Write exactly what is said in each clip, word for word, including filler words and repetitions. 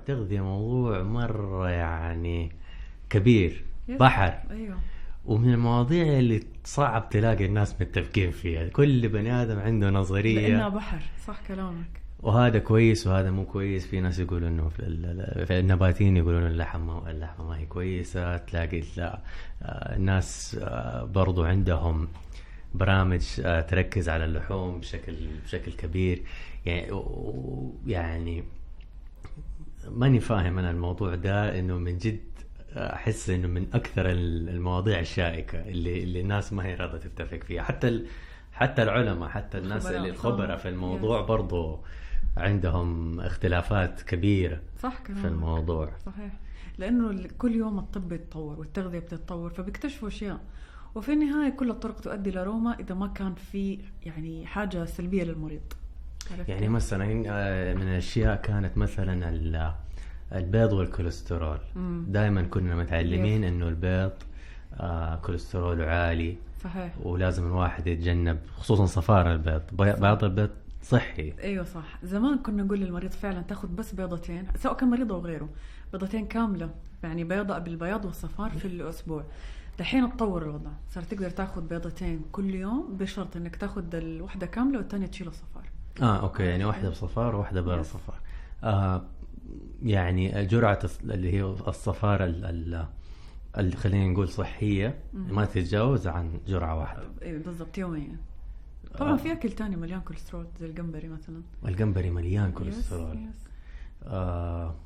التغذية موضوع مرة يعني كبير، يس. بحر. أيوه. ومن المواضيع اللي صعب تلاقي الناس متفقين فيها، كل بني آدم عنده نظرية، لأنها بحر. صح كلامك. وهذا كويس وهذا مو كويس. في ناس يقولوا انه في, ال- في النباتين يقولون اللحم اللحمة ما هي كويسة. تلاقي لا آه، الناس آه، برضو عندهم برامج آه، تركز على اللحوم بشكل بشكل كبير. يعني و- يعني ماني فاهم انا الموضوع ده، انه من جد احس انه من اكثر المواضيع الشائكة اللي اللي الناس ما هي راضية تتفق فيها. حتى ال- حتى العلماء، حتى الناس خبراء. اللي الخبراء آه. في الموضوع برضو عندهم اختلافات كبيرة صح كلامك. في الموضوع. صحيح. لأنه ال- كل يوم الطب يتطور والتغذية بتتطور، فبيكتشفوا أشياء، وفي النهاية كل الطرق تؤدي لروما إذا ما كان في يعني حاجة سلبية للمريض. عرفت يعني كيف؟ مثلا آه، من الاشياء كانت مثلا ال- البيض والكوليسترول. مم. دائما كنا متعلمين انه البيض آه، كوليستروله عالي، صحيح. ولازم الواحد يتجنب خصوصا صفار البيض. بي- بعض البيض صحي. ايوه صح. زمان كنا نقول للمريض فعلا تاخذ بس بيضتين، سواء كان مريض او غيره، بيضتين كامله، يعني بيضه بالبياض والصفار في الاسبوع. دحين اتطور الوضع، صار تقدر تاخذ بيضتين كل يوم بشرط انك تاخذ الوحده كامله والثانيه تشيل الصفار. اه اوكي، يعني واحده بصفار وواحده بلا يس. صفار. آه يعني جرعه الص- اللي هي الصفار ال- ال- اللي خلينا نقول صحيه ما تتجاوز عن جرعه واحده. ايوه بالضبط، يوميا. طبعا في اكل تاني مليان كوليسترول زي الجمبري مثلا. الجمبري مليان يس، كوليسترول. يس. آه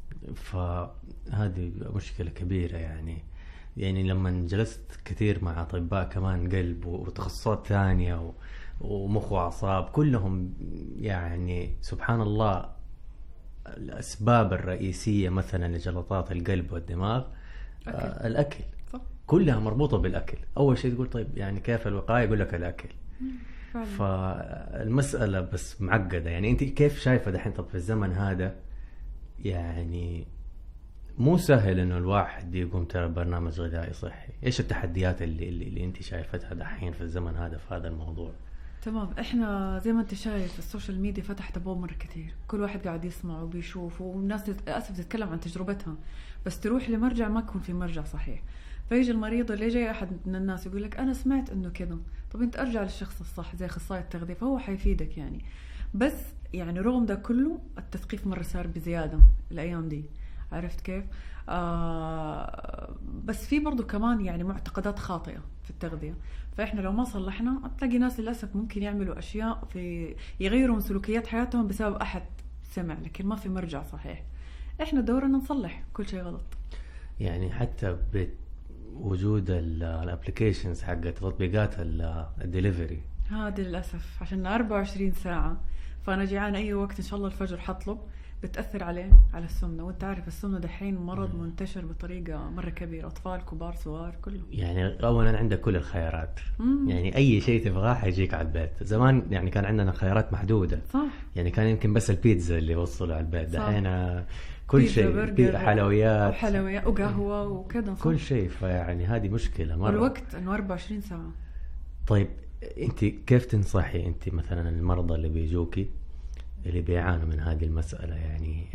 فهذه مشكلة كبيرة. يعني يعني لما جلست كثير مع أطباء كمان قلب وتخصصات ثانية و- ومخ وأعصاب، كلهم يعني سبحان الله الأسباب الرئيسية مثلا لجلطات القلب والدماغ أكل. آه الأكل. صح. كلها مربوطة بالأكل. أول شيء تقول طيب يعني كيف الوقاية، يقول لك الأكل. فعلا. فالمسألة بس معقدة. يعني أنت كيف شايفة دحين طب في الزمن هذا؟ يعني مو سهل إنه الواحد يقوم ترى برنامج غذائي صحي. إيش التحديات اللي اللي, اللي أنت شايفتها دحين في الزمن هذا في هذا الموضوع؟ تمام. احنا زي ما انت شايف السوشيال ميديا فتحت ابواب مره كتير، كل واحد قاعد يسمع وبيشوف، والناس للاسف تتكلم عن تجربتها، بس تروح لمرجع ما يكون في مرجع صحيح. فيجي المريض اللي جاي احد من الناس يقول لك انا سمعت انه كذا، طب انت ارجع للشخص الصح زي اخصائي التغذيه فهو حيفيدك يعني. بس يعني رغم ده كله التثقيف مره صار بزياده الايام دي. عرفت كيف؟ آه بس في برضو كمان يعني معتقدات خاطئه في التغذيه، فإحنا لو ما صلحنا تلاقي ناس للأسف ممكن يعملوا أشياء في يغيروا من سلوكيات حياتهم بسبب أحد سمع، لكن ما في مرجع صحيح. إحنا دورنا نصلح كل شيء غلط. يعني حتى بوجود الابليكيشنز حقت تطبيقات الدليفري هذا للأسف عشان أربعة وعشرين ساعة، فأنا جيعان أي وقت إن شاء الله الفجر حطلب، بتأثر عليه على السمنة. وانت عارف السمنة دحين مرض منتشر بطريقة مرة كبيرة، أطفال كبار صغار كله. يعني أولا عندك كل الخيارات. مم. يعني أي شيء تبغاه حيجيك على البيت. زمان يعني كان عندنا خيارات محدودة. صح. يعني كان يمكن بس البيتزا اللي يوصلوا على البيت. دحين كل بيتزا، شيء، برجر، حلويات وحلويات وقهوة وكذا. كل شيء. فيعني هذه مشكلة مرة. والوقت إنه أربعة وعشرين ساعة. طيب أنت كيف تنصحي أنت مثلا المرضى اللي بيجوكي اللي بيعانوا من هذه المسألة؟ يعني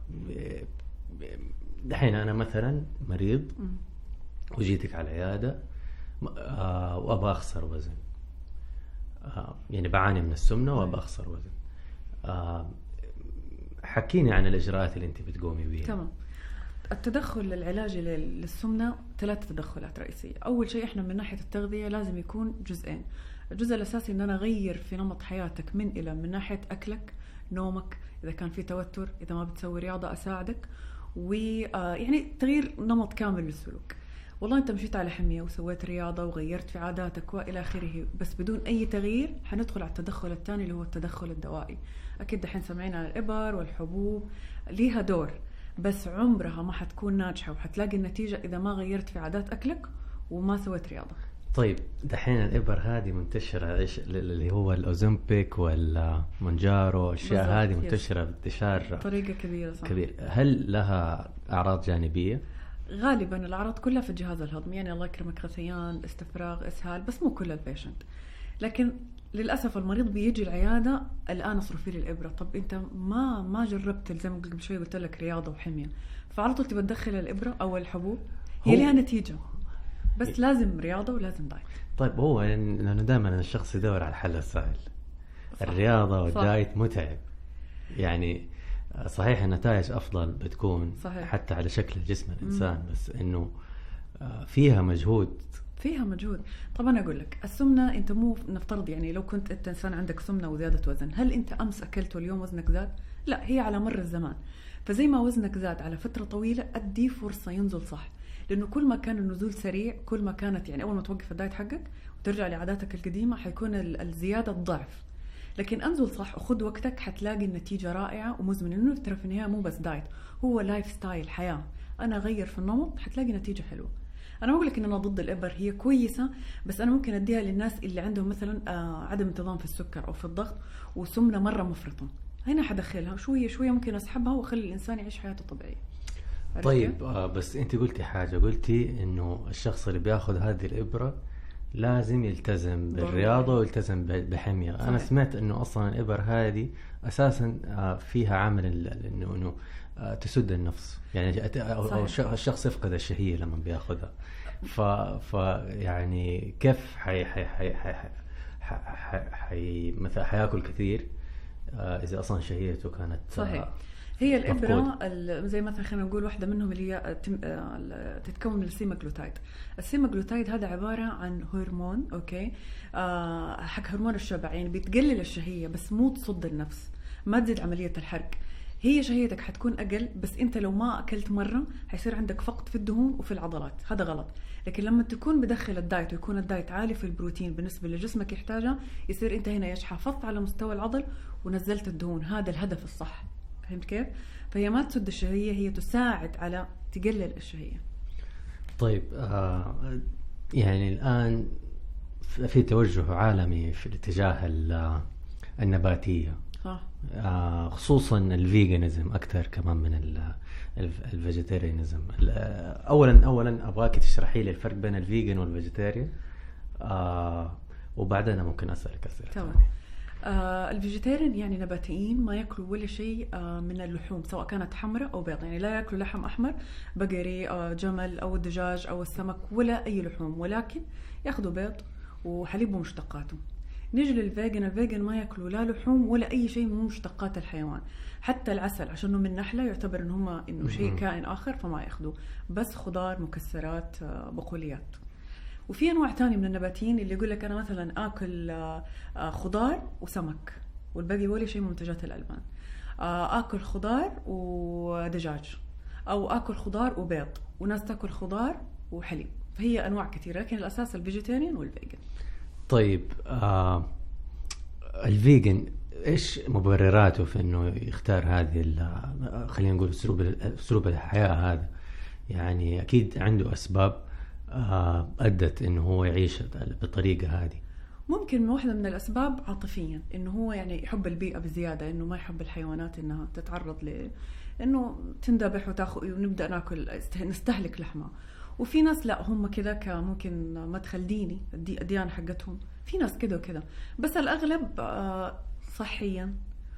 دحين أنا مثلا مريض وجيتك على العيادة وأبغى أخسر وزن، يعني بعاني من السمنة وأبغى أخسر وزن. حكيني عن الإجراءات اللي أنت بتقومي بيها. تمام. التدخل العلاجي للسمنة ثلاث تدخلات رئيسية. أول شيء إحنا من ناحية التغذية لازم يكون جزئين. الجزء الأساسي إن أنا أغير في نمط حياتك من إلى، من ناحية أكلك، نومك، إذا كان في توتر، إذا ما بتسوي رياضة أساعدك، ويعني تغيير نمط كامل للسلوك. والله أنت مشيت على حمية وسويت رياضة وغيرت في عاداتك وإلى آخره، بس بدون أي تغيير حندخل على التدخل الثاني اللي هو التدخل الدوائي. أكيد دحين سمعين عن الإبر والحبوب، ليها دور بس عمرها ما حتكون ناجحة وحتلاقي النتيجة إذا ما غيرت في عادات أكلك وما سويت رياضة. طيب دحين الإبر هذه منتشرة، إيش اللي هو الأوزمبيك والمونجارو، الأشياء هذه منتشرة بانتشار طريقة كبيرة. صح. كبير. هل لها أعراض جانبية؟ غالبا الأعراض كلها في الجهاز الهضمي، يعني الله يكرمك غثيان، استفراغ، إسهال، بس مو كل البيشنت. لكن للاسف المريض بيجي العياده الان اصرفي لي الابره. طب انت ما ما جربت زي ما قبل شوي قلت لك رياضه وحميه، فعلى طول تبى تدخل الابره او الحبوب. هي لها نتيجه، بس لازم رياضه ولازم دايت. طيب هو لانه دائما الشخص يدور على الحل السهل. صح. الرياضه والدايت متعب يعني. صحيح النتائج افضل بتكون صحيح. حتى على شكل جسم الانسان مم. بس انه فيها مجهود فيها مجهود. طبعا اقول لك السمنه انت مو نفترض يعني لو كنت انت انسان عندك سمنه وزياده وزن، هل انت امس اكلت واليوم وزنك زاد؟ لا، هي على مر الزمان. فزي ما وزنك زاد على فتره طويله ادي فرصه ينزل صح، لانه كل ما كان النزول سريع كل ما كانت يعني اول ما توقف الدايت حقك وترجع لعاداتك القديمه حيكون الزياده الضعف. لكن انزل صح وخذ وقتك حتلاقي النتيجه رائعه ومزمنه. انه ترى في النهايه مو بس دايت، هو لايف ستايل، حياه. انا اغير في النمط حتلاقي نتيجه حلوه. انا ما اقول لك ان انا ضد الابر، هي كويسه، بس انا ممكن اديها للناس اللي عندهم مثلا آه عدم انتظام في السكر او في الضغط وسمنه مره مفرطه. هنا حدخلها شويه شويه، ممكن اسحبها واخلي الانسان يعيش حياته طبيعيه. طيب آه بس انت قلتي حاجه، قلتي انه الشخص اللي بياخذ هذه الابره لازم يلتزم بالرياضه ويلتزم بحميه. انا سمعت انه اصلا الابر هذه اساسا آه فيها عامل انه انه آه تسد النفس يعني، او الشخص يفقد الشهيه لما بياخذها. ف ف يعني كيف حي حي حي حي حي, حي مثلا حياكل كثير آه اذا اصلا شهيته كانت صحيح. آه هي الإبرة زي مثلا خلينا نقول واحدة منهم اللي هي تتكون من السيماغلوتايد. السيماغلوتايد هذا عبارة عن هرمون أوكي آه حق هرمون الشبع، يعني بتقلل الشهية بس مو تصد النفس، ما تزيد عملية الحرق. هي شهيتك حتكون أقل، بس أنت لو ما أكلت مرة حيصير عندك فقد في الدهون وفي العضلات، هذا غلط. لكن لما تكون بدخل الدايت ويكون الدايت عالي في البروتين بالنسبة لجسمك يحتاجه، يصير أنت هنا يش حافظت على مستوى العضل ونزلت الدهون. هذا الهدف الصح، فهمت كيف؟ فهي ما تسد الشهية، هي تساعد على تقلل الشهية. طيب آه يعني الآن في توجه عالمي في الاتجاه النباتية صح. آه خصوصا الفيجانيزم أكثر كمان من الفيجيتيريانيزم. أولا أولا أبغاك تشرحي لي الفرق بين الفيجن والفيجيتيريان آه وبعدين ممكن أسألك أسئلة. تمام. آه الفيجيتيريان يعني نباتيين، ما يأكلوا ولا شيء آه من اللحوم سواء كانت حمراء أو بيض، يعني لا يأكلوا لحم أحمر بقري آه جمل أو الدجاج أو السمك ولا أي لحوم، ولكن يأخذوا بيض وحليب ومشتقاته. نيجي للفيجن، الفيجن ما يأكلوا لا لحوم ولا أي شيء من مشتقات الحيوان، حتى العسل عشانه من نحلة يعتبر إن هما إنه شيء كائن آخر فما يأخذوا، بس خضار مكسرات آه بقوليات. وفي انواع تانية من النباتيين اللي يقول لك انا مثلا اكل خضار وسمك والباقي ولا شيء من منتجات الالبان، اكل خضار ودجاج، او اكل خضار وبيض، وناس تاكل خضار وحليب. فهي انواع كثيره، لكن الاساس الفيجيتيريان والفيجن. طيب آه الفيجن ايش مبرراته في انه يختار هذه خلينا نقول اسلوب اسلوب الحياه هذا؟ يعني اكيد عنده اسباب أدت إنه هو يعيش بالطريقة هذه. ممكن من واحدة من الأسباب عاطفيا، إنه هو يعني يحب البيئة بزيادة، إنه ما يحب الحيوانات إنها تتعرض ل إنه تندبح وتاخذ ونبدأ ناكل نستهلك لحمها. وفي ناس لا هم كذا كممكن مدخل ديني الديانة حقتهم، في ناس كذا وكذا، بس الأغلب صحيا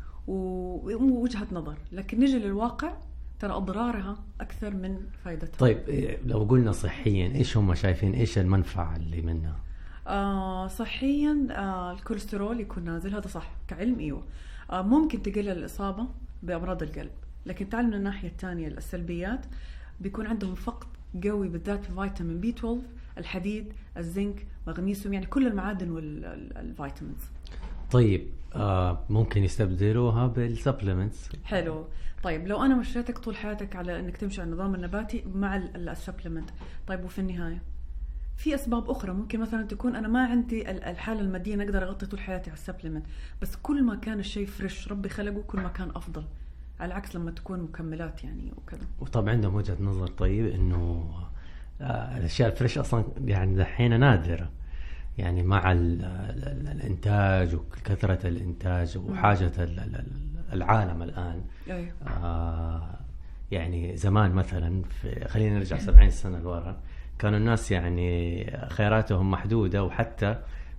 ووجهة نظر. لكن نجي للواقع ترى أضرارها أكثر من فائدتها. طيب لو قلنا صحيا إيش هم شايفين إيش المنفعة اللي منها؟ آه صحيا آه الكوليسترول يكون نازل، هذا صح كعلم. إيوه آه ممكن تقلل الإصابة بأمراض القلب، لكن تعال من الناحية الثانية السلبيات بيكون عندهم فقد قوي بالذات في فيتامين بي اثنا عشر، الحديد، الزنك، مغنيسيوم، يعني كل المعادن والفيتامينز. طيب آه ممكن يستبدلوها بالسبلمنتس. حلو. طيب لو أنا مشيتك طول حياتك على أنك تمشي على النظام النباتي مع السبلمنت، طيب وفي النهاية في أسباب أخرى ممكن مثلا تكون أنا ما عندي الحالة المادية نقدر أغطي طول حياتي على السبلمنت، بس كل ما كان الشيء فريش ربي خلقه كل ما كان أفضل، على عكس لما تكون مكملات يعني وكذا. وطبعا عندهم وجهة نظر طيب إنه الأشياء الفريش أصلا يعني دحين نادرة، يعني مع الإنتاج وكثرة الإنتاج وحاجة العالم الآن. أيوه. آه يعني زمان مثلا في خلينا نرجع سبعين سنة لورا كانوا الناس يعني خياراتهم محدودة، وحتى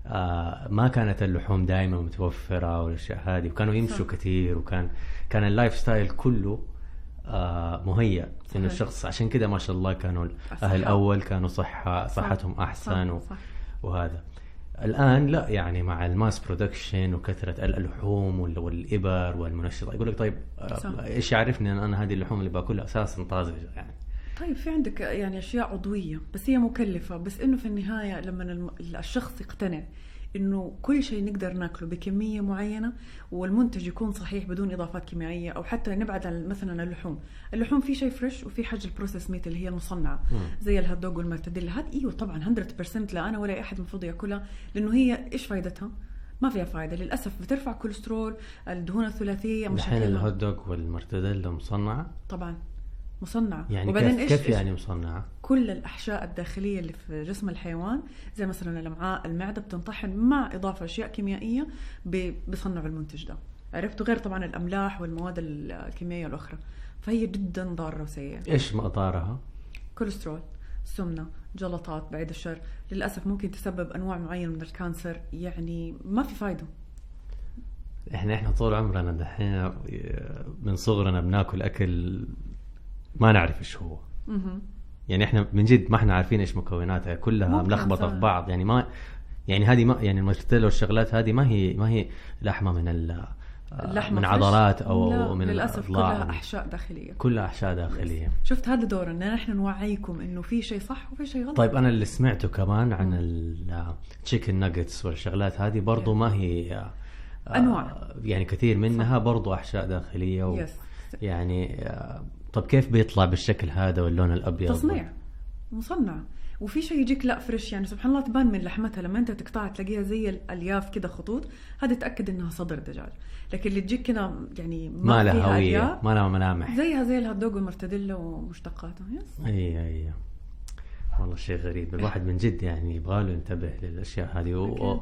آه ما كانت اللحوم دائما متوفرة والأشياء هذه، وكانوا يمشوا صح. كثير، وكان كان اللايف ستايل كله آه مهيأ إنه الشخص، عشان كده ما شاء الله كانوا أهل أول كانوا صحة صحتهم أحسن. صح. و... صح. وهذا الآن لا، يعني مع الماس برودكشن وكثرة اللحوم وال- والإبر والمنشطات، يقول لك طيب آه إيش يعرفني أن أنا هذه اللحوم اللي باكلها أساسا طازجة يعني. طيب في عندك يعني أشياء عضوية بس هي مكلفة، بس إنه في النهاية لما الم- الشخص يقتنع إنه كل شيء نقدر ناكله بكمية معينة والمنتج يكون صحيح بدون إضافات كيميائية، أو حتى نبعد عن مثلا اللحوم. اللحوم في شيء فريش وفي حاجة البروسيس ميت اللي هي المصنعة مم. زي الهات دوغ والمرتديلا، هاد إيوه طبعا مية بالمية لا أنا ولا أحد المفروض يأكلها، لأنه هي إيش فايدتها؟ ما فيها فايدة للأسف، بترفع كوليسترول، الدهون الثلاثية، الحين مشاكلها. الهوت دوغ والمرتديلا مصنعة طبعا مصنعة. يعني، وبعدين كيف, إيش كيف إيش يعني مصنعة؟ كل الأحشاء الداخلية اللي في جسم الحيوان زي مثلا الأمعاء، المعدة، بتنطحن مع إضافة أشياء كيميائية ب- بصنعوا المنتج ده، عرفتوا؟ غير طبعا الأملاح والمواد الكيميائية الأخرى، فهي جدا ضارة وسيئة. إيش مقدارها؟ كوليسترول، سمنة، جلطات، بعيد الشر، للأسف ممكن تسبب أنواع معينة من الكانسر، يعني ما في فايدة. إحنا إحنا طول عمرنا دحين من صغرنا بناكل أكل ما نعرف إيش هو. مهم. يعني إحنا من جد ما إحنا عارفين إيش مكوناتها، كلها ممكن ملخبطة صح. في بعض. يعني ما يعني هذه ما يعني المرتديلا والشغلات هذه ما هي ما هي لحمة من ال اللحمة من فريش؟ عضلات أو لا، من للأسف الأضلاع. كلها أحشاء داخلية. كلها أحشاء داخلية. شفت هذا دورنا، نحن نوعيكم إنه في شيء صح وفي شيء غلط. طيب أنا اللي سمعته كمان عن التشيكن ناجتس والشغلات هذه برضو ما هي آه، أنواع. يعني كثير منها برضو أحشاء داخلية و... يس. يعني آه، طب كيف بيطلع بالشكل هذا واللون الأبيض؟ تصنيع مصنع. وفي شيء يجيك لا فريش، يعني سبحان الله تبان من لحمتها لما انت تقطعها تلاقيها زي الالياف كده خطوط، هذه تاكد انها صدر دجاج. لكن اللي تجيك كده يعني ما, ما لها فيها هوية، ألياف، ما لها ملامح، زيها زي الهات دوغ والمرتديلا ومشتقاتها. يس. اي اي والله شيء غريب. الواحد من جد يعني يبغى له ينتبه للاشياء هذه. و...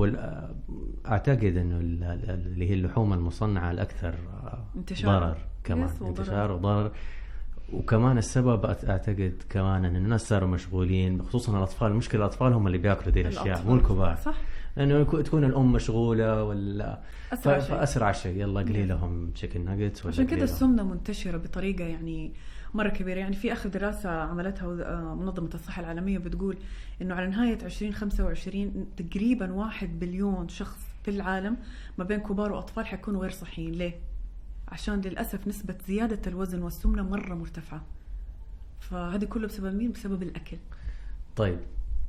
واعتقد انه ال- ال- اللي هي اللحوم المصنعه الاكثر انتشار. ضرر كمان، يس، وضرر. انتشار وضرر. وكمان السبب أت- اعتقد كمان ان الناس صاروا مشغولين، خصوصا الاطفال. المشكله الاطفال هم اللي بياكلوا دي الاشياء الأطفال. مو الكبار، صح. لانه يكو- تكون الام مشغوله ولا أسرع ف- شيء. فاسرع شيء يلا قلي لهم تشيكن ناجتس. عشان كده السمنة منتشرة بطريقة يعني مرة كبيرة. يعني في آخر دراسة عملتها منظمة الصحة العالمية بتقول إنه على نهاية عشرين خمسة وعشرين تقريبا واحد بليون شخص في العالم ما بين كبار وأطفال حيكونوا غير صحيين. ليه؟ عشان للأسف نسبة زيادة الوزن والسمنة مرة مرتفعة، فهذه كله بسبب مين؟ بسبب الأكل. طيب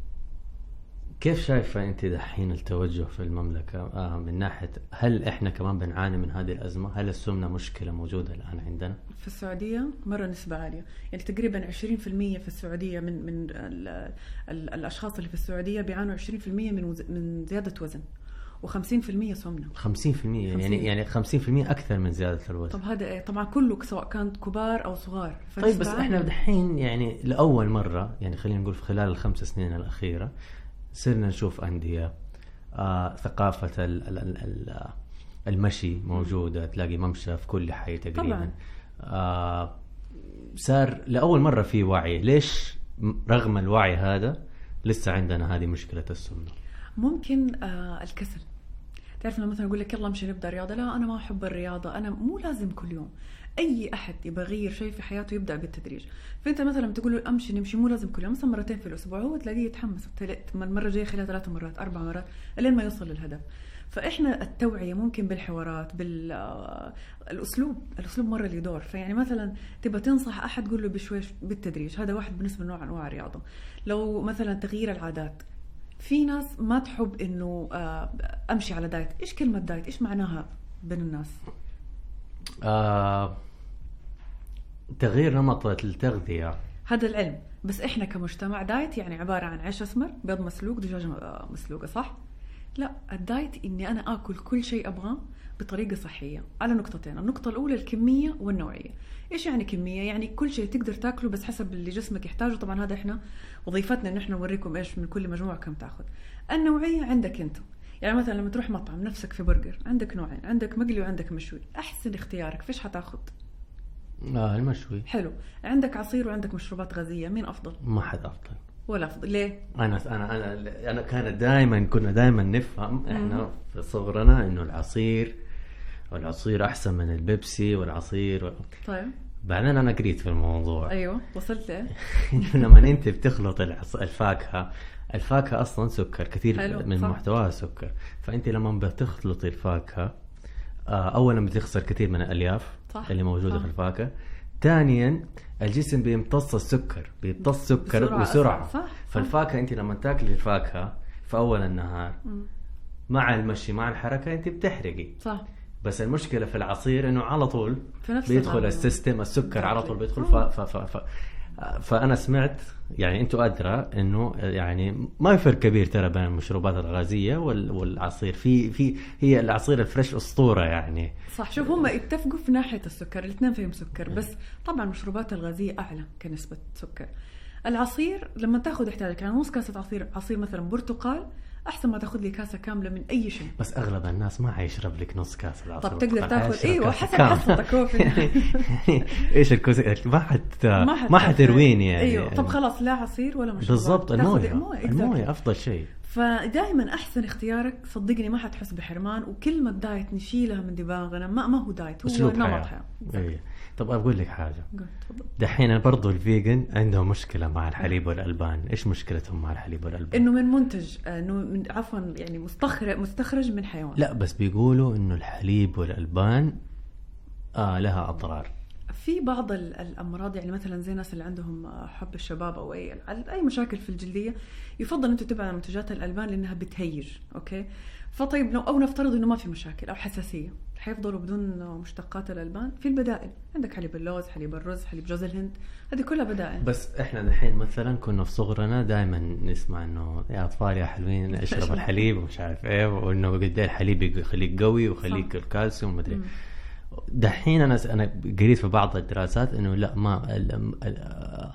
كيف شايفة أنت دحين التوجه في المملكة آه من ناحية هل إحنا كمان بنعاني من هذه الأزمة؟ هل السمنة مشكلة موجودة الآن عندنا؟ في السعودية مرة نسبة عالية، يعني تقريبا عشرين بالمية في السعودية من من ال ال الأشخاص اللي في السعودية بيعانوا عشرين بالمية من وز من زيادة وزن، وخمسين بالمية سمنة. خمسين بالمية خمسين. يعني يعني خمسين بالمية أكثر من زيادة الوزن. طب هذا إيه؟ طبعا كله سواء كانت كبار أو صغار. طيب بس فنسبة إحنا عالية. دحين يعني لأول مرة، يعني خلينا نقول في خلال الخمس سنين الأخيرة صرنا نشوف أندية آه ثقافة ال ال ال ال المشي موجودة، تلاقي ممشى في كل حي تقريبا. طبعاً. آه صار لأول مرة في وعي. ليش رغم الوعي هذا لسه عندنا هذه مشكلة السمنة؟ ممكن آه الكسل. تعرف لما مثلا أقول لك يلا امشي نبدأ رياضة، لا أنا ما أحب الرياضة، أنا مو لازم كل يوم. أي أحد يبغى يغير شيء في حياته يبدأ بالتدريج. فأنت مثلا لما تقول له أمشي نمشي مو لازم كل يوم، مثلا مرتين في الأسبوع، هو تلاقيه يتحمس المرة الجاية خلال ثلاث مرات أربع مرات لين ما يوصل للهدف. فإحنا التوعية ممكن بالحوارات بالأسلوب، الأسلوب مرة اللي دور. فيعني مثلا تبى تنصح أحد قول له بشويش بالتدريج، هذا واحد بالنسبة لنوع أنواع الرياضة. لو مثلا تغيير العادات، في ناس ما تحب إنه أمشي على دايت. إيش كلمة دايت؟ إيش معناها بين الناس؟ آه، تغيير نمط التغذية، هذا العلم. بس إحنا كمجتمع دايت يعني عبارة عن عيش أسمر، بيض مسلوق، دجاجة مسلوقة، صح؟ لا، الدايت إني أنا أكل كل شيء أبغاه بطريقة صحية على نقطتين. النقطة الأولى الكمية والنوعية. إيش يعني كمية؟ يعني كل شيء تقدر تاكله بس حسب اللي جسمك يحتاجه. طبعا هذا إحنا وظيفتنا إن إحنا نوريكم إيش من كل مجموعة كم تاخذ. النوعية عندك أنت، يعني مثلا لما تروح مطعم نفسك في برجر عندك نوعين، عندك مقلي وعندك مشوي. أحسن اختيارك فيش حتاخذ؟ آه المشوي. حلو. عندك عصير وعندك مشروبات غازية، مين أفضل؟ ما حد أفضل. ولا أفضل. ليه؟ انا انا انا انا كانت دائما كنا دائما نفهم احنا في صغرنا انه العصير والعصير احسن من البيبسي والعصير و... طيب بعدين انا قريت في الموضوع. ايوه وصلت ايه؟ لما انت بتخلط العص... الفاكهه الفاكهه اصلا سكر كثير حلو، من صح. محتواها سكر، فانت لما بتخلط الفاكهه آه، اولا بتخسر كثير من الالياف صح. اللي موجوده صح. في الفاكهه. ثانيا الجسم بيمتص السكر بيمتص سكر بسرعة بسرعه. أسرع. صح. فالفاكهه انت لما تاكلي الفاكهه في اول النهار مم. مع المشي مع الحركه انت بتحرقي. صح. بس المشكله في العصير انه على طول في نفس بيدخل الوقت. السيستم السكر على طول بيدخل. ف... آه. ف... ف... ف... فانا سمعت يعني انتوا ادرى انه يعني ما في فرق كبير ترى بين المشروبات الغازيه وال... والعصير. في في هي العصير الفريش اسطوره يعني. صح. شوف هم اتفقوا في ناحيه السكر، الاثنين فيهم سكر، بس طبعا المشروبات الغازيه اعلى كنسبه سكر. العصير لما تاخذ يحتاجك يعني نص كاسه عصير عصير مثلا برتقال احسن ما تاخذ لي كاسه كامله من اي شيء. بس اغلب الناس ما حيشرب لك نص كاس العصير. طب تقدر برتقال، تاخذ حيشرب ايوه كاس حسب كامل. حصتك هو في ايش الكوس ما حت ما, حت... ما حترويني يعني. ايوه طب خلاص لا عصير ولا مشروبات. بالضبط. المويه المويه المويه افضل شيء. فدائما احسن اختيارك صدقني ما حتحس بحرمان. وكلمه دايت نشيلها من دماغنا، ما ما هو دايت، هو أسلوب نمط حياة. حياه. إيه. طب اقول لك حاجه، قول تفضل. دحين برضو الفيجن عندهم مشكله مع الحليب والالبان. ايش مشكلتهم مع الحليب والالبان؟ انه من منتج انه من عفوا يعني مستخرج مستخرج من حيوان. لا بس بيقولوا انه الحليب والالبان آه لها اضرار. في بعض ال- الامراض يعني مثلا زي الناس اللي عندهم حب الشباب او اي اي مشاكل في الجلديه يفضل انت تتبع منتجات الالبان لانها بتهيج. اوكي فطيب لو او نفترض انه ما في مشاكل او حساسيه حيفضلوا بدون مشتقات الالبان. في البدائل عندك حليب اللوز، حليب الرز، حليب جوز الهند، هذه كلها بدائل. بس احنا دحين مثلا كنا في صغرنا دائما نسمع انه يا اطفال يا حلوين اشرب الحليب ومش عارف ايه، وانه قد ايه الحليب يخليك قوي ويخليك الكالسيوم ومدري. مم. دحين انا انا قريت في بعض الدراسات انه لا ما ال- ال-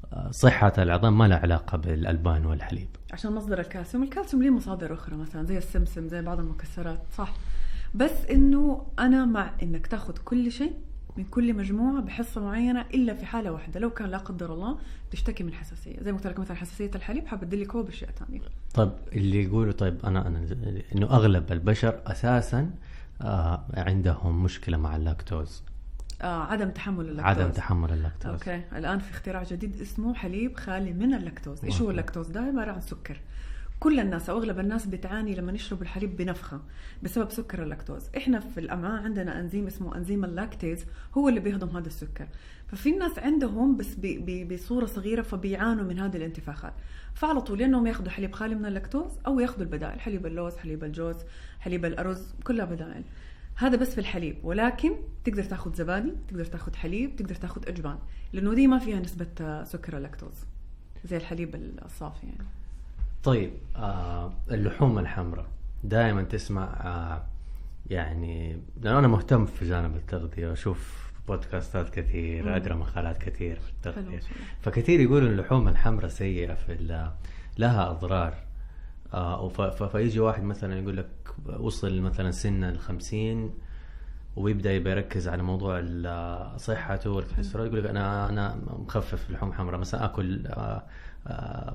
صحة العظام ما لها علاقة بالألبان والحليب. عشان مصدر الكالسيوم، الكالسيوم ليه مصادر أخرى مثلا زي السمسم زي بعض المكسرات صح. بس إنه أنا مع إنك تاخد كل شيء من كل مجموعة بحصة معينة إلا في حالة واحدة لو كان لا قدر الله تشتكي من حساسية زي ما قلت لك مثلا حساسية الحليب حبدلك هو بأشياء تانية. طيب اللي يقولوا طيب أنا أنا إنه أغلب البشر أساسا آه عندهم مشكلة مع اللاكتوز. آه عدم تحمل اللاكتوز. عدم تحمل اللاكتوز. اوكي الان في اختراع جديد اسمه حليب خالي من اللاكتوز. ايش هو اللاكتوز؟ ده عباره عن سكر. كل الناس او اغلب الناس بتعاني لما يشربوا الحليب بنفخه بسبب سكر اللاكتوز. احنا في الامعاء عندنا انزيم اسمه انزيم اللاكتيز هو اللي بيهضم هذا السكر. ففي الناس عندهم بس بي بي بصوره صغيره فبيعانوا من هذه الانتفاخات. فعلى طول انهم ياخذوا حليب خالي من اللاكتوز او ياخذوا البدائل حليب اللوز، حليب الجوز، حليب الارز، كلها بدائل. هذا بس في الحليب. ولكن تقدر تاخذ زبادي، تقدر تاخذ حليب، تقدر تاخذ اجبان لانه دي ما فيها نسبه سكر اللاكتوز زي الحليب الصافي يعني. طيب آه اللحوم الحمراء دائما تسمع آه يعني لأن أنا مهتم في جانب التغذية وأشوف بودكاستات كثير، أقرأ مقالات كثير في التغذية، فكثير يقولوا اللحوم الحمراء سيئة في لها أضرار. آه فيجي واحد مثلا يقول لك وصل مثلا سن الخمسين ويبدأ يركز على موضوع صحته والكوليسترول، يقول لك أنا أنا مخفف لحوم حمراء مثلا أكل آه آه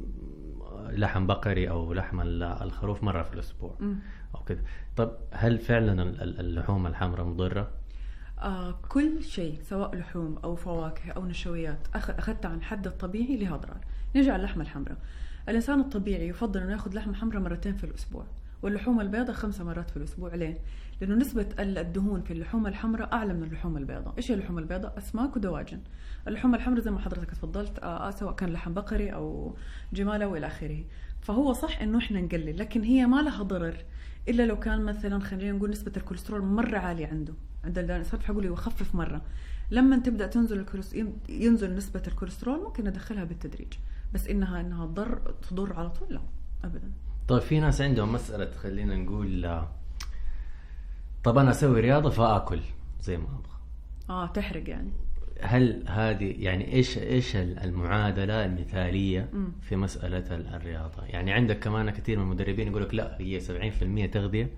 لحم بقري أو لحم الخروف مرة في الأسبوع أو كده. طب هل فعلا اللحوم الحمراء مضرة؟ آه كل شيء سواء لحوم أو فواكه أو نشويات أخذت عن حد الطبيعي لها أضرار. نرجع اللحمة الحمراء. الإنسان الطبيعي يفضل أنه يأخذ لحمة حمراء مرتين في الأسبوع واللحوم البيضاء خمسة مرات في الأسبوع. ليه؟ لأنه نسبة الدهون في اللحوم الحمراء أعلى من اللحوم البيضاء. إيش هي اللحوم البيضاء؟ أسماك ودواجن. اللحوم الحمراء زي ما حضرتك تفضلت آه سواء كان لحم بقري أو جمالة وإلى آخره. فهو صح إنه إحنا نقلل، لكن هي ما لها ضرر إلا لو كان مثلا خلينا نقول نسبة الكوليسترول مرة عالية عنده عند الإنسان، فحقول يخفف مرة. لما تبدأ تنزل الكوليسترول ينزل نسبة الكوليسترول ممكن ندخلها بالتدريج، بس إنها إنها تضر تضر على طول لا أبدا. طيب في ناس عندهم مسألة خلينا نقول لا. طب أنا أسوي رياضة فأكل زي ما أبغى. آه تحرق يعني. هل هذه يعني إيش إيش المعادلة المثالية م. في مسألة الرياضة؟ يعني عندك كمان كثير من المدربين يقولك لا هي سبعين في المية تغذية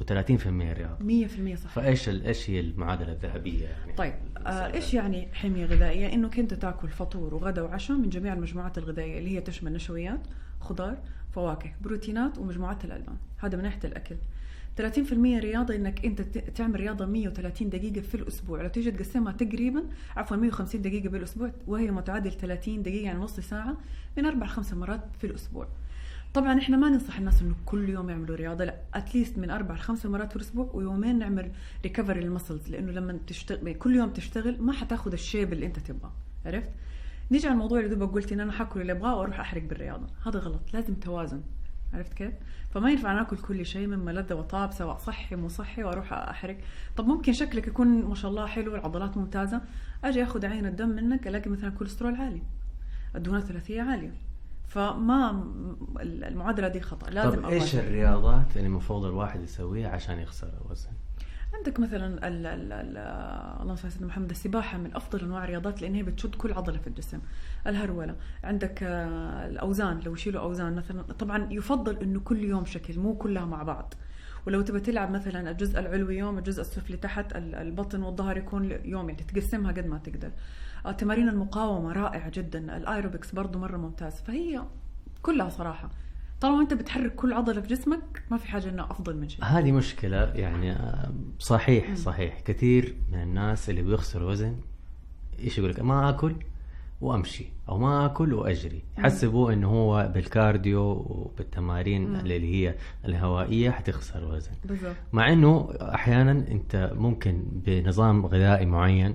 وثلاثين بالمئة رياضة. مية بالمية صح. فايش ايش هي المعادله الذهبيه يعني؟ طيب آه ايش يعني حميه غذائيه؟ انه كنت تاكل فطور وغدا وعشاء من جميع المجموعات الغذائيه اللي هي تشمل نشويات، خضار، فواكه، بروتينات ومجموعات الالبان. هذا من ناحيه الاكل. ثلاثين بالمئة رياضه، انك انت تعمل رياضه مية وثلاثين دقيقه في الاسبوع. لو تيجي تقسمها تقريبا عفوا مية وخمسين دقيقه بالاسبوع، وهي متعادل ثلاثين دقيقه يعني نص ساعه من اربع خمس مرات في الاسبوع. طبعا احنا ما ننصح الناس انه كل يوم يعملوا رياضه، لا اتليست من اربع لخمس مرات في الاسبوع، ويومين نعمل ريكفري للمسلز، لانه لما تشتغل كل يوم تشتغل ما حتاخذ الشيب اللي انت تبغاه. عرفت؟ نيجي على الموضوع اللي دوبك قلت ان انا حاكل اللي ابغاه واروح احرق بالرياضه، هذا غلط. لازم توازن. عرفت كيف؟ فما ينفع ناكل كل شيء من ملذ وطاب سواء صحي مو صحي واروح احرق. طب ممكن شكلك يكون ما شاء الله حلو، العضلات ممتازه، اجي اخذ عين الدم منك الاقي مثلا كوليسترول عالي، الدهونات الثلاثيه عاليه، فما المعادله دي خطا. لازم. طب ايش الرياضات اللي المفروض الواحد يسويها عشان يخسر وزن؟ عندك مثلا ال ال ال اللهم صل على سيدنا محمد، السباحه من افضل انواع الرياضات لان هي بتشد كل عضله في الجسم. الهروله، عندك الاوزان، لو يشيلوا اوزان مثلا، طبعا يفضل انه كل يوم شكل مو كلها مع بعض. ولو تبى تلعب مثلا الجزء العلوي يوم، الجزء السفلي تحت، البطن والظهر يكون يوم، يعني تقسمها قد ما تقدر. تمارين المقاومه رائعه جدا، الايروبكس برضو مره ممتاز. فهي كلها صراحه طالما انت بتحرك كل عضله في جسمك ما في حاجه انه افضل من شيء. هذه مشكله يعني. صحيح صحيح كثير من الناس اللي بيخسروا وزن ايش يقول لك؟ ما اكل وامشي، او ما اكل واجري، يحسبوا انه هو بالكارديو وبالتمارين مم. اللي هي الهوائيه حتخسر وزن. بالضبط. مع انه احيانا انت ممكن بنظام غذائي معين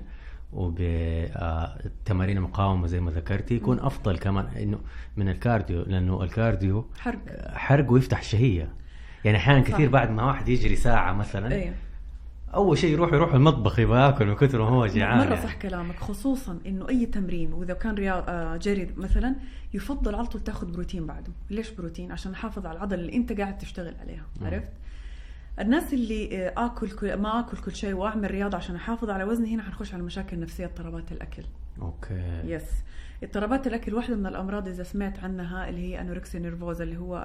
وبتمارين المقاومه زي ما ذكرتي يكون افضل كمان انه من الكارديو، لانه الكارديو حرق حرق ويفتح الشهيه. يعني احيانا كثير بعد ما واحد يجري ساعه مثلا أيه. اول شيء يروح يروح المطبخ يبغى ياكل من كثر ما هو جيعان. مره صح كلامك، خصوصا انه اي تمرين واذا كان رياض جري مثلا يفضل على طول تاخذ بروتين بعده. ليش بروتين؟ عشان نحافظ على العضله اللي انت قاعد تشتغل عليها. م. عرفت؟ الناس اللي اكل كل ما اكل كل شيء واعمل رياضه عشان احافظ على وزني، هنا حنخش على مشاكل نفسيه، اضطرابات الاكل. اوكي. يس. اضطرابات الاكل واحده من الامراض اذا سمعت عنها اللي هي انوركسيا نيرفوزا، اللي هو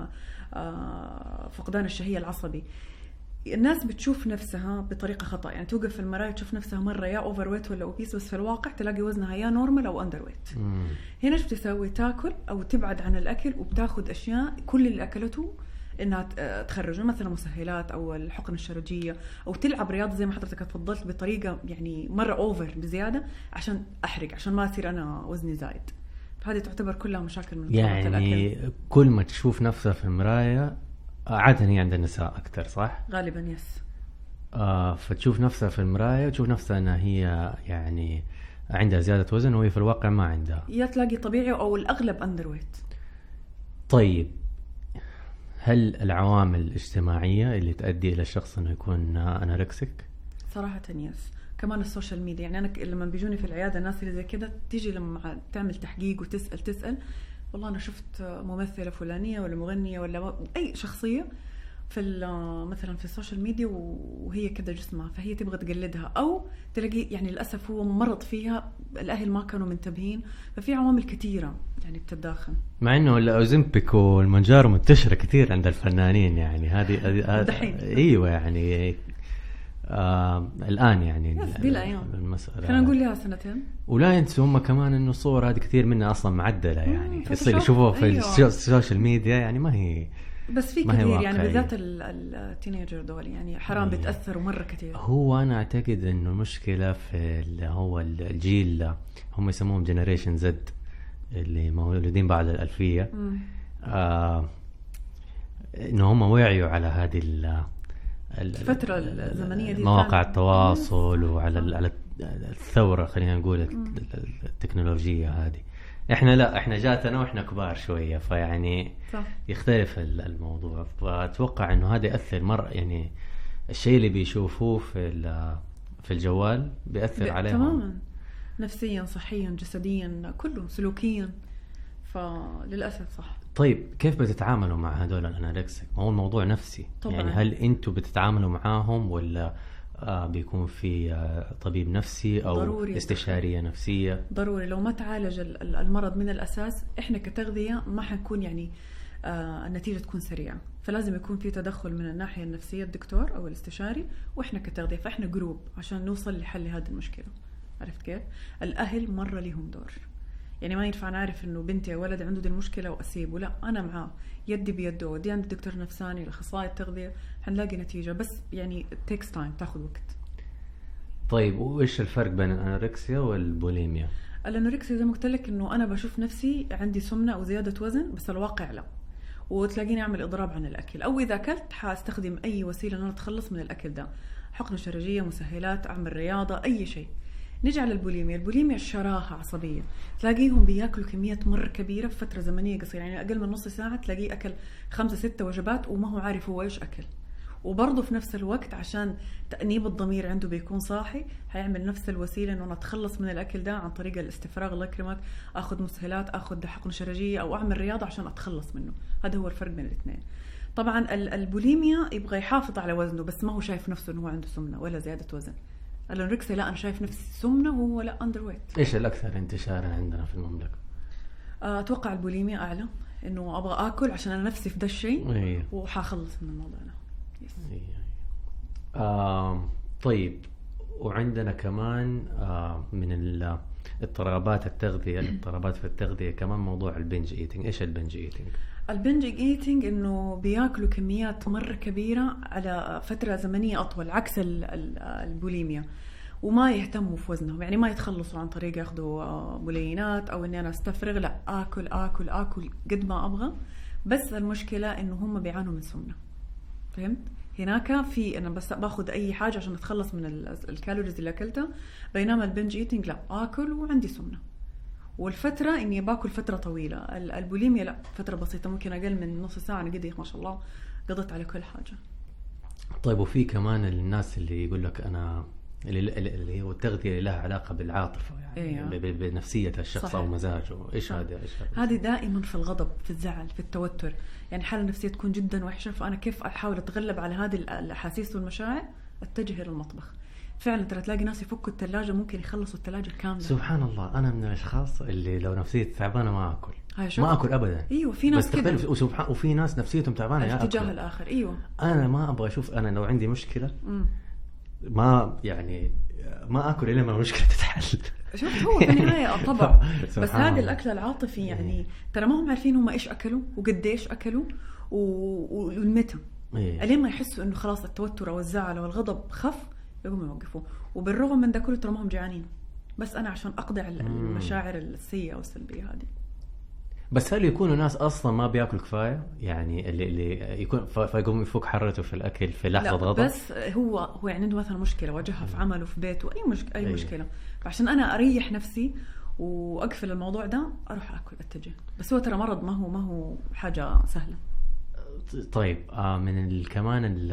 فقدان الشهيه العصبي. الناس بتشوف نفسها بطريقه خطا، يعني توقف في المرايه تشوف نفسها مره يا اوفر ويت ولا اوبيس، بس في الواقع تلاقي وزنها يا نورمال او اندر ويت. هنا ايش بتسوي؟ تاكل او تبعد عن الاكل وبتاخذ اشياء كل اللي اكلته انها تخرج، مثلا مسهلات او الحقن الشرجيه، او تلعب رياضه زي ما حضرتك تفضلت بطريقه يعني مره اوفر بزياده عشان احرق، عشان ما يصير انا وزني زايد. فهذه تعتبر كلها مشاكل من يعني الأكل. كل ما تشوف نفسها في المرايه عاده هي عند النساء اكثر صح؟ غالبا يس. آه فتشوف نفسها في المرايه وتشوف نفسها انها هي يعني عندها زياده وزن وهي في الواقع ما عندها، يا تلاقي طبيعي او الاغلب اندر ويت. طيب هل العوامل الاجتماعيه اللي تؤدي الى الشخص انه يكون انوركسيك؟ صراحه يس. كمان السوشيال ميديا، يعني انا لما بيجوني في العياده الناس اللي زي كده تيجي لما تعمل تحقيق وتسال تسال والله انا شفت ممثله فلانيه ولا مغنيه ولا اي شخصيه في مثلا في السوشيال ميديا وهي كده جسمها، فهي تبغى تقلدها، او تلاقي يعني للاسف هو مرض فيها، الاهل ما كانوا منتبهين، ففي عوامل كثيره يعني بتتداخل. مع انه الاوزمبيك والمانجارو منتشره كثير عند الفنانين، يعني هذه ايوه يعني آه الآن يعني المسألة خلينا نقول لها سنتين. ولا ينسوا هم كمان إنه الصور هذه كثير منها أصلا معدلة، يعني يصير يشوفوها في أيوة. السوشيال ميديا، يعني ما هي بس في كثير يعني بالذات التينيجر دول يعني حرام أيوة. بتأثروا مرة كثير. هو أنا أعتقد إنه المشكلة في اللي هو الجيل هم يسموهم جنريشن زد اللي مولودين بعد الألفية، آه إنه هم وعيوا على هذه الفترة الزمنية دي، مواقع التواصل وعلى على الثورة خلينا نقول التكنولوجية هذه. احنا لا احنا جاتنا واحنا كبار شوية، فيعني صح. يختلف الموضوع. فأتوقع انه هذا يأثر مرة، يعني الشيء اللي بيشوفوه في في الجوال بيأثر عليهم تماما، نفسيا صحيا جسديا كله سلوكيا، فللأسف صح. طيب كيف بتتعاملوا مع هذول الانوركسيك؟ ما هو الموضوع نفسي طبعاً. يعني هل انتوا بتتعاملوا معاهم ولا آه بيكون في آه طبيب نفسي او ضروري. استشارية نفسية؟ ضروري. لو ما تعالج المرض من الاساس احنا كتغذية ما حنكون يعني آه النتيجة تكون سريعة. فلازم يكون في تدخل من الناحية النفسية الدكتور أو الاستشاري، وإحنا كتغذية فإحنا جروب عشان نوصل لحل هذه المشكلة. عرفت كيف؟ الأهل مرة لهم دور، يعني ما ينفع نعرف إنه بنتي أو ولد عنده دي المشكلة وأسيبه، لا أنا معاه يدي بيده، ودي عند الدكتور نفساني الأخصائي التغذية، حنلاقي نتيجة. بس يعني takes time، تاخذ وقت. طيب وإيش الفرق بين الأنوركسيا والبوليميا؟ الأنوركسيا زي ما قلت لك إنه أنا بشوف نفسي عندي سمنة أو زيادة وزن، بس الواقع لا، وتلاقيني أعمل إضراب عن الأكل، أو إذا أكلت حاستخدم أي وسيلة إن أنا أتخلص من الأكل ده، حقنة شرجية، مسهلات، أعمل رياضة، أي شيء. نيجي على البوليميا. البوليميا الشراهة عصبية، تلاقيهم بياكلوا كميات مرة كبيرة في فترة زمنية قصيرة، يعني أقل من نص ساعة تلاقيه أكل خمسة ستة وجبات وما هو عارف هو إيش أكل. وبرضه في نفس الوقت عشان تأنيب الضمير عنده بيكون صاحي، هيعمل نفس الوسيلة إنه أنا أتخلص من الأكل ده عن طريق الاستفراغ، الله يكرمك، أخذ مسهلات، أخذ حقن شرجية، أو أعمل رياضة عشان أتخلص منه. هذا هو الفرق بين الاثنين. طبعا البوليميا يبغى يحافظ على وزنه، بس ما هو شايف نفسه إنه هو عنده سمنة ولا زيادة وزن. الأنوركسيا لا، أنا شايف نفسي سمنة وهو لا أندر ويت. إيش الأكثر انتشارا عندنا في المملكة؟ أتوقع البوليميا أعلى، إنه أبغى أكل عشان أنا نفسي في ده الشيء أيه. وحاخلص من الموضوع ده. أيه. آه طيب، وعندنا كمان آه من الاضطرابات التغذية الاضطرابات في التغذية كمان موضوع البنج ايتينج. إيش البنج ايتينج؟ البنج ايتينج إنه بياكلوا كميات مرة كبيرة على فترة زمنية أطول، عكس البوليميا، وما يهتموا في وزنهم، يعني ما يتخلصوا عن طريق ياخذوا بولينات أو إني أنا استفرغ، لا آكل آكل آكل قد ما أبغى. بس المشكلة إنه هم بيعانوا من سمنة، فهمت؟ هناك في أنا بس باخذ أي حاجة عشان أتخلص من الكالوريز اللي أكلتها، بينما البنج ايتينج لا، آكل وعندي سمنة. والفترة إني باكل فترة طويلة. البوليميا لا، فترة بسيطة، ممكن أقل من نص ساعة أنا قدي ما شاء الله قضيت على كل حاجة. طيب وفي كمان الناس اللي يقول لك أنا اللي هو التغذية اللي لها علاقة بالعاطفة، يعني إيه؟ بنفسية الشخص صحيح. أو مزاجه. إيش هذا؟ إيش هذه دائما في الغضب، في الزعل، في التوتر، يعني حالة نفسية تكون جدا وحشة، فأنا كيف أحاول أتغلب على هذه الأحاسيس والمشاعر؟ أتجه إلى المطبخ. فعلا ترى تلاقي ناس يفكوا الثلاجة، ممكن يخلصوا الثلاجة كاملة. سبحان الله، أنا من الأشخاص اللي لو نفسيتي تعبانة ما أكل، ما أكل أبدا. أيوة في ناس كده، وسبحان وفي ناس نفسيتهم تعبانة يا اتجاه الآخر. أيوة أنا ما أبغى أشوف، أنا لو عندي مشكلة م. ما يعني ما أكل إلا ما المشكلة تتحل. شفت هو في النهاية الطبع. بس هذا الأكل العاطفي يعني ترى ما هم عارفين هم إيش أكلوا وقديش أكلوا والمتى، ألين ما يحسوا إنه خلاص التوتر أو الزعل أو الغضب خف يقوموا يوقفوا. وبالرغم من ده كله ترى ما هم جعانين، بس أنا عشان أقضي على المشاعر السيئة والسلبية هذه. بس هل يكونوا ناس أصلا ما بيأكل كفاية، يعني اللي اللي يكون فيقوم يفوق حرته في الأكل في لحظة غضب؟ بس هو هو يعني عنده مثلا مشكلة واجهها في عمله في بيته، أي مشكلة أي مشكلة، عشان أنا أريح نفسي وأقفل الموضوع ده أروح أكل أتجه. بس هو ترى مرض، ما هو ما هو حاجة سهلة. طيب آه من ال كمان ال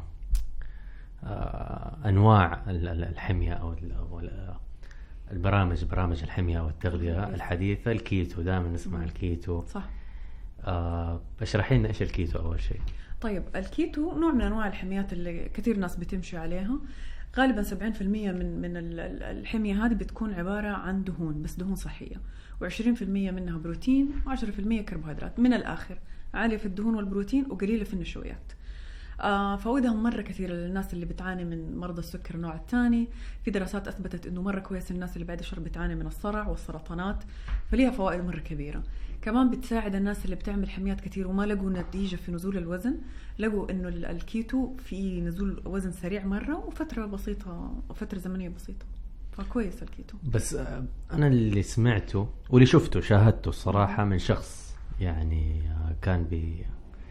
آه أنواع الحمية أو البرامج برامج الحمية والتغذية الحديثة، الكيتو، دائما نسمع الكيتو. صح. آه اشرحي لنا ايش الكيتو اول شيء. طيب الكيتو نوع من انواع الحميات اللي كثير ناس بتمشي عليها. غالبا سبعين بالمية من من الحمية هذه بتكون عبارة عن دهون، بس دهون صحية، وعشرين بالمية منها بروتين، وعشرة بالمية كربوهيدرات. من الآخر عالية في الدهون والبروتين وقليلة في النشويات. آه فوائدهم مرة كثيرة للناس اللي بتعاني من مرضى السكر النوع الثاني. في دراسات أثبتت إنه مرة كويس الناس اللي بعد الشر بتعاني من الصرع والسرطانات، فليها فوائد مرة كبيرة. كمان بتساعد الناس اللي بتعمل حميات كثير وما لقوا نتيجة في نزول الوزن، لقوا إنه الكيتو في نزول وزن سريع مرة وفترة بسيطة وفترة زمنية بسيطة، فكويس الكيتو. بس أنا اللي سمعته واللي شفته شاهدته الصراحة من شخص يعني كان بي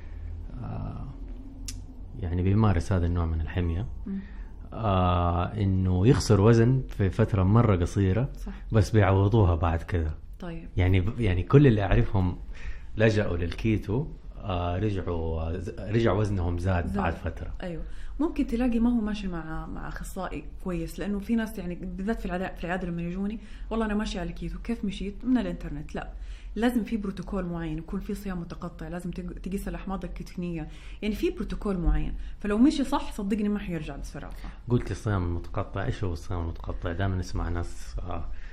يعني بيمارس هذا النوع من الحمية، آه إنه يخسر وزن في فترة مرة قصيرة. صح. بس بيعوضوها بعد كده. طيب. يعني يعني كل اللي أعرفهم لجأوا للكيتو آه رجعوا رجع وزنهم زاد, زاد بعد فترة. أيوة ممكن تلاقي ما هو ماشي مع مع أخصائي كويس، لأنه في ناس يعني بالذات في العيادة في العيادة لما يجوني والله أنا ماشي على كيتو، كيف مشيت؟ من الإنترنت. لا، لازم في بروتوكول معين، يكون في صيام متقطع، لازم تقيس الأحماض الكتونية، يعني في بروتوكول معين، فلو مشي صح صدقني ما حيرجع بسرعة. صح. قلت الصيام المتقطع، إيش هو الصيام المتقطع؟ دائما نسمع ناس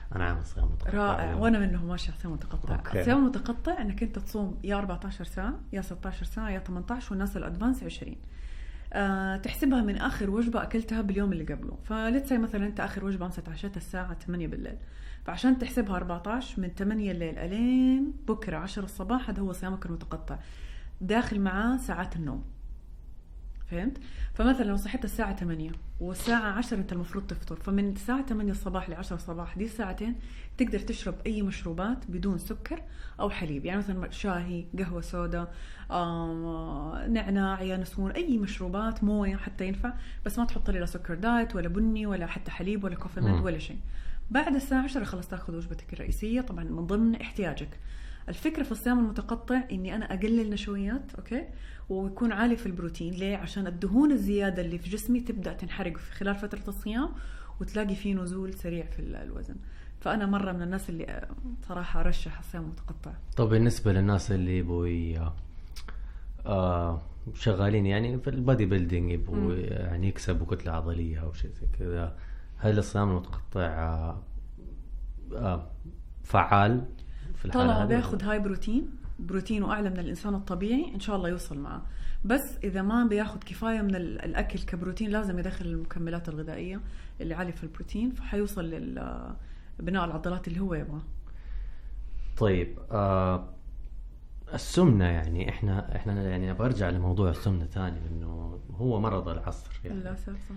انا عامل صيام متقطع رائع. وانا منهم ماشي صيام متقطع. أوكي. الصيام المتقطع انك انت تصوم يا أربعة عشر ساعه يا ستة عشر ساعه يا ثمانية عشر، والناس الادفانس عشرين. أه تحسبها من اخر وجبه اكلتها باليوم اللي قبله. فلتسي مثلا انت اخر وجبه امس عشتها الساعه ثمانية بالليل، فعشان تحسبها أربعة عشر من ثمانية الليل الين بكره عشرة الصباح، هذا هو صيامك المتقطع، داخل معاه ساعات النوم. فهمت؟ فمثلا لو صحيت الساعة ثمانية والساعة عشرة انت المفروض تفطر، فمن الساعة ثمانية الصباح ل عشرة الصباح دي ساعتين تقدر تشرب اي مشروبات بدون سكر او حليب، يعني مثلا شاهي، قهوة سودا، آه، نعناع، يانسون، اي مشروبات، موية حتى ينفع، بس ما تحط لي لا سكر دايت ولا بني ولا حتى حليب ولا كوفي ميلك ولا شيء. بعد الساعة عشرة خلاص تاخذ وجبتك الرئيسية طبعا من ضمن احتياجك. الفكرة في الصيام المتقطع اني انا اقلل نشويات، اوكي، ويكون عالي في البروتين. ليه؟ عشان الدهون الزيادة اللي في جسمي تبدأ تنحرق في خلال فترة الصيام، وتلاقي فيه نزول سريع في الوزن. فأنا مرة من الناس اللي صراحة أرشح الصيام المتقطع. طب بالنسبة للناس اللي يبغوا آه شغالين يعني في البادي بيلدينج، يبغوا يعني يكسبوا كتلة عضلية أو شيء زي كذا، هل الصيام المتقطع آه آه فعال في الحالة؟ طالما بياخد هاي بروتين بروتينه أعلى من الإنسان الطبيعي إن شاء الله يوصل معه. بس إذا ما بياخد كفاية من الأكل كبروتين لازم يدخل المكملات الغذائية اللي عالية في البروتين، فحيوصل لبناء العضلات اللي هو يبغاه. طيب آه السمنة، يعني إحنا إحنا يعني برجع لموضوع السمنة ثاني، إنه هو مرض العصر يعني. للأسف صح.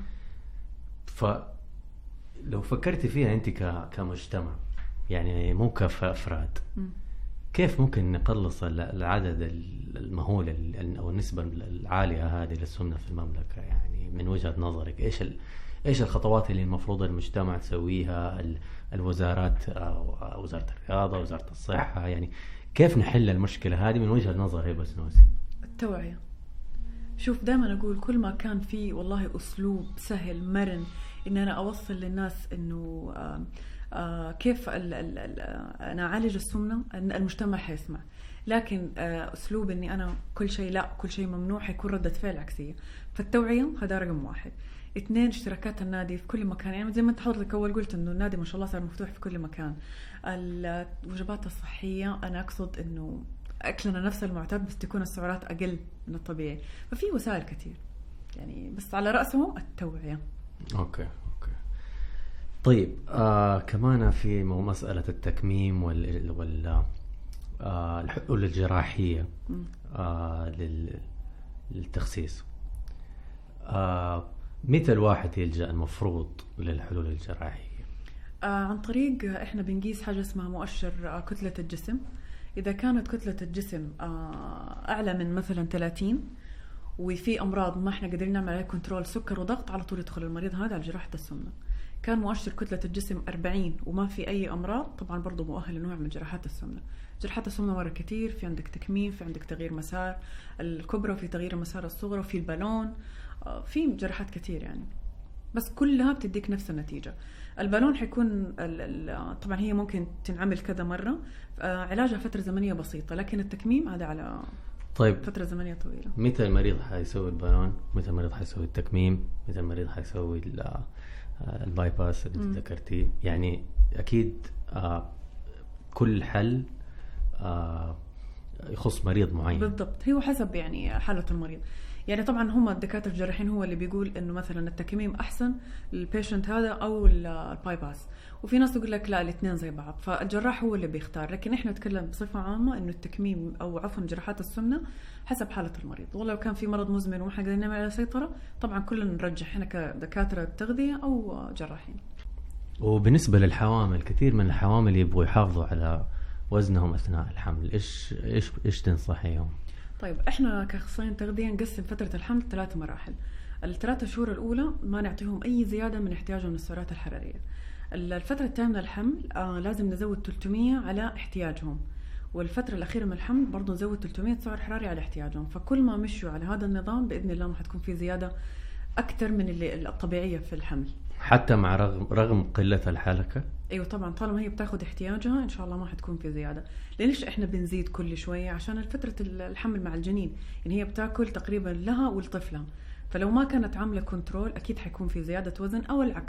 فلو فكرتي فيها أنت كمجتمع، يعني مو كأفراد، كيف ممكن نقلص العدد المهول أو النسبة العالية هذه للسمنة في المملكة؟ يعني من وجهة نظرك إيش إيش الخطوات اللي المفروض المجتمع تسويها، الوزارات، وزارة الرياضة، وزارة الصحة، يعني كيف نحل المشكلة هذه من وجهة نظري بس نوسي؟ التوعية. شوف دائما أقول كل ما كان في والله أسلوب سهل مرن إن أنا أوصل للناس إنه آه آه كيف ال ال ال أنا أعالج السمنة، المجتمع حيسمع. لكن آه أسلوب إني أنا كل شيء لا، كل شيء ممنوع، حيكون ردة فعل عكسية. فالتوعية هذا رقم واحد. اثنين، اشتراكات النادي في كل مكان، يعني زي ما انت حضرتك أول قلت إنه النادي ما شاء الله صار مفتوح في كل مكان. الوجبات الصحية أنا أقصد إنه أكلنا نفس المعتاد بس تكون السعرات أقل من الطبيعي. ففي وسائل كثير يعني، بس على رأسهم التوعية. أوكي أوكي. طيب آه كمان في مسألة التكميم وال وال آه الحلول الجراحية آه لل للتخسيس. آه متى الواحد يلجأ المفروض للحلول الجراحية؟ آه عن طريق احنا بنقيس حاجة اسمها مؤشر آه كتلة الجسم. إذا كانت كتلة الجسم آه أعلى من مثلا ثلاثين وفي أمراض ما احنا قادرين نعمل عليها كنترول، سكر وضغط، على طول يدخل المريض هذا على جراحة السمنة. كان مؤشر كتلة الجسم أربعين وما في أي أمراض، طبعا برضو مؤهل إنه يعمل جراحات السمنة. جراحات السمنة مرة كتير، في عندك تكميم، في عندك تغيير مسار الكبرى، وفي تغيير مسار الصغرى، وفي البالون، آه في جراحات كتير يعني، بس كلها بتديك نفس النتيجة. البالون حيكون طبعا هي ممكن تنعمل كذا مرة، علاجها فترة زمنية بسيطة، لكن التكميم هذا على طيب فترة زمنية طويلة. متى المريض حيسوي البالون؟ متى المريض حيسوي التكميم؟ متى المريض حيسوي الباي باس اللي ذكرتيه؟ يعني أكيد آه كل حل آه يخص مريض معين. بالضبط، هو حسب يعني حالة المريض. يعني طبعا هم الدكاتره الجراحين هو اللي بيقول انه مثلا التكميم احسن للبيشنت هذا او الباي باس، وفي ناس تقول لك لا الاثنين زي بعض، فالجراح هو اللي بيختار. لكن احنا نتكلم بصفه عامه انه التكميم او عفوا جراحات السمنه حسب حاله المريض. والله لو كان في مرض مزمن وما حقدرنا نعمل على سيطره، طبعا كلنا نرجح احنا كدكاتره تغذيه او جراحين. وبالنسبه للحوامل، كثير من الحوامل يبغوا يحافظوا على وزنهم اثناء الحمل، ايش ايش ايش تنصحيهم؟ طيب احنا كاخصائيين تغذيه نقسم فتره الحمل ثلاث مراحل. الثلاث شهور الاولى ما نعطيهم اي زياده من احتياجهم من السعرات الحراريه. الفتره الثانيه من الحمل آه لازم نزود ثلاثمية على احتياجهم، والفتره الاخيره من الحمل برضه نزود ثلاثمية سعر حراري على احتياجهم. فكل ما مشوا على هذا النظام باذن الله ما حتكون في زياده اكثر من اللي الطبيعيه في الحمل، حتى مع رغم رغم قله الحركه. ايوه طبعا، طالما هي بتاخذ احتياجها ان شاء الله ما حتكون في زياده. ليش احنا بنزيد كل شويه؟ عشان فتره الحمل مع الجنين يعني هي بتاكل تقريبا لها ولطفلها، فلو ما كانت عامله كنترول اكيد حيكون في زياده وزن او العكس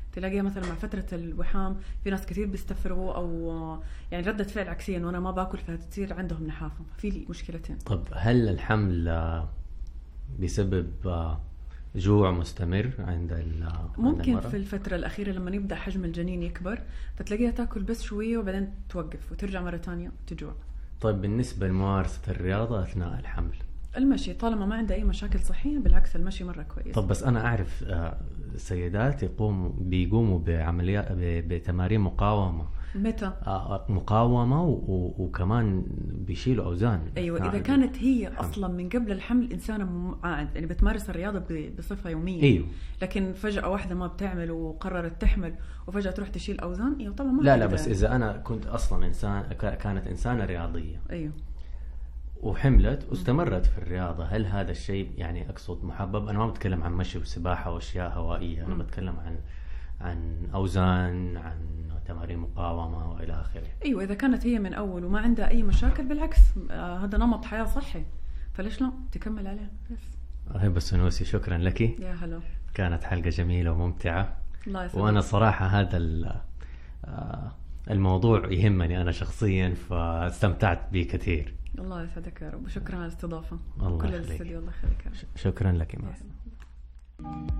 تلاقيها مثلا مع فترة الوحام في ناس كثير بيستفرغوا أو يعني ردة فعل عكسية إنه أنا ما باكل فتصير عندهم نحافة. في مشكلتين. طب هل الحمل آه، بسبب آه، جوع مستمر عند ال ممكن عند في الفترة الأخيرة لما يبدأ حجم الجنين يكبر فتلاقيها تاكل بس شوية وبعدين توقف وترجع مرة تانية تجوع. طيب بالنسبة لممارسة الرياضة أثناء الحمل؟ المشي طالما ما عنده أي مشاكل صحية، بالعكس المشي مرة كويس. طب بس أنا أعرف آه، سيدات يقوموا بيقوموا بعمليات بتمارين مقاومة. متى؟ آه، مقاومة و- و- وكمان بيشيلوا أوزان. أيوة أثناء إذا ال- كانت هي الحمل. أصلا من قبل الحمل إنسانة م- عاد يعني بتمارس الرياضة ب- بصفة يومية. أيوه. لكن فجأة واحدة ما بتعمل وقررت تحمل وفجأة تروح تشيل أوزان، أيوة طبعا ما لا لا حقدر. بس إذا أنا كنت أصلا إنسان ك- كانت إنسانة رياضية أيوة وحملت واستمرت في الرياضة، هل هذا الشيء يعني أقصد محبب؟ أنا ما بتكلم عن مشي وسباحة وأشياء هوائية، أنا مم. بتكلم عن عن أوزان، عن تمارين مقاومة وإلى آخره. أيوة إذا كانت هي من أول وما عندها أي مشاكل بالعكس آه هذا نمط حياة صحي، فليش لا تكمل عليه بس. هبة السنوسي شكرا لك، يا هلا. كانت حلقة جميلة وممتعة. الله يسلمك. وأنا صراحة هذا ال- آه، الموضوع يهمني أنا شخصيا، فاستمتعت به كثير. الله يسعدك يا رب وشكرا على الاستضافة. الله كل يخليك. الاستديو الله يخليك يا رب. ش- شكرا لك يا ماس. يا.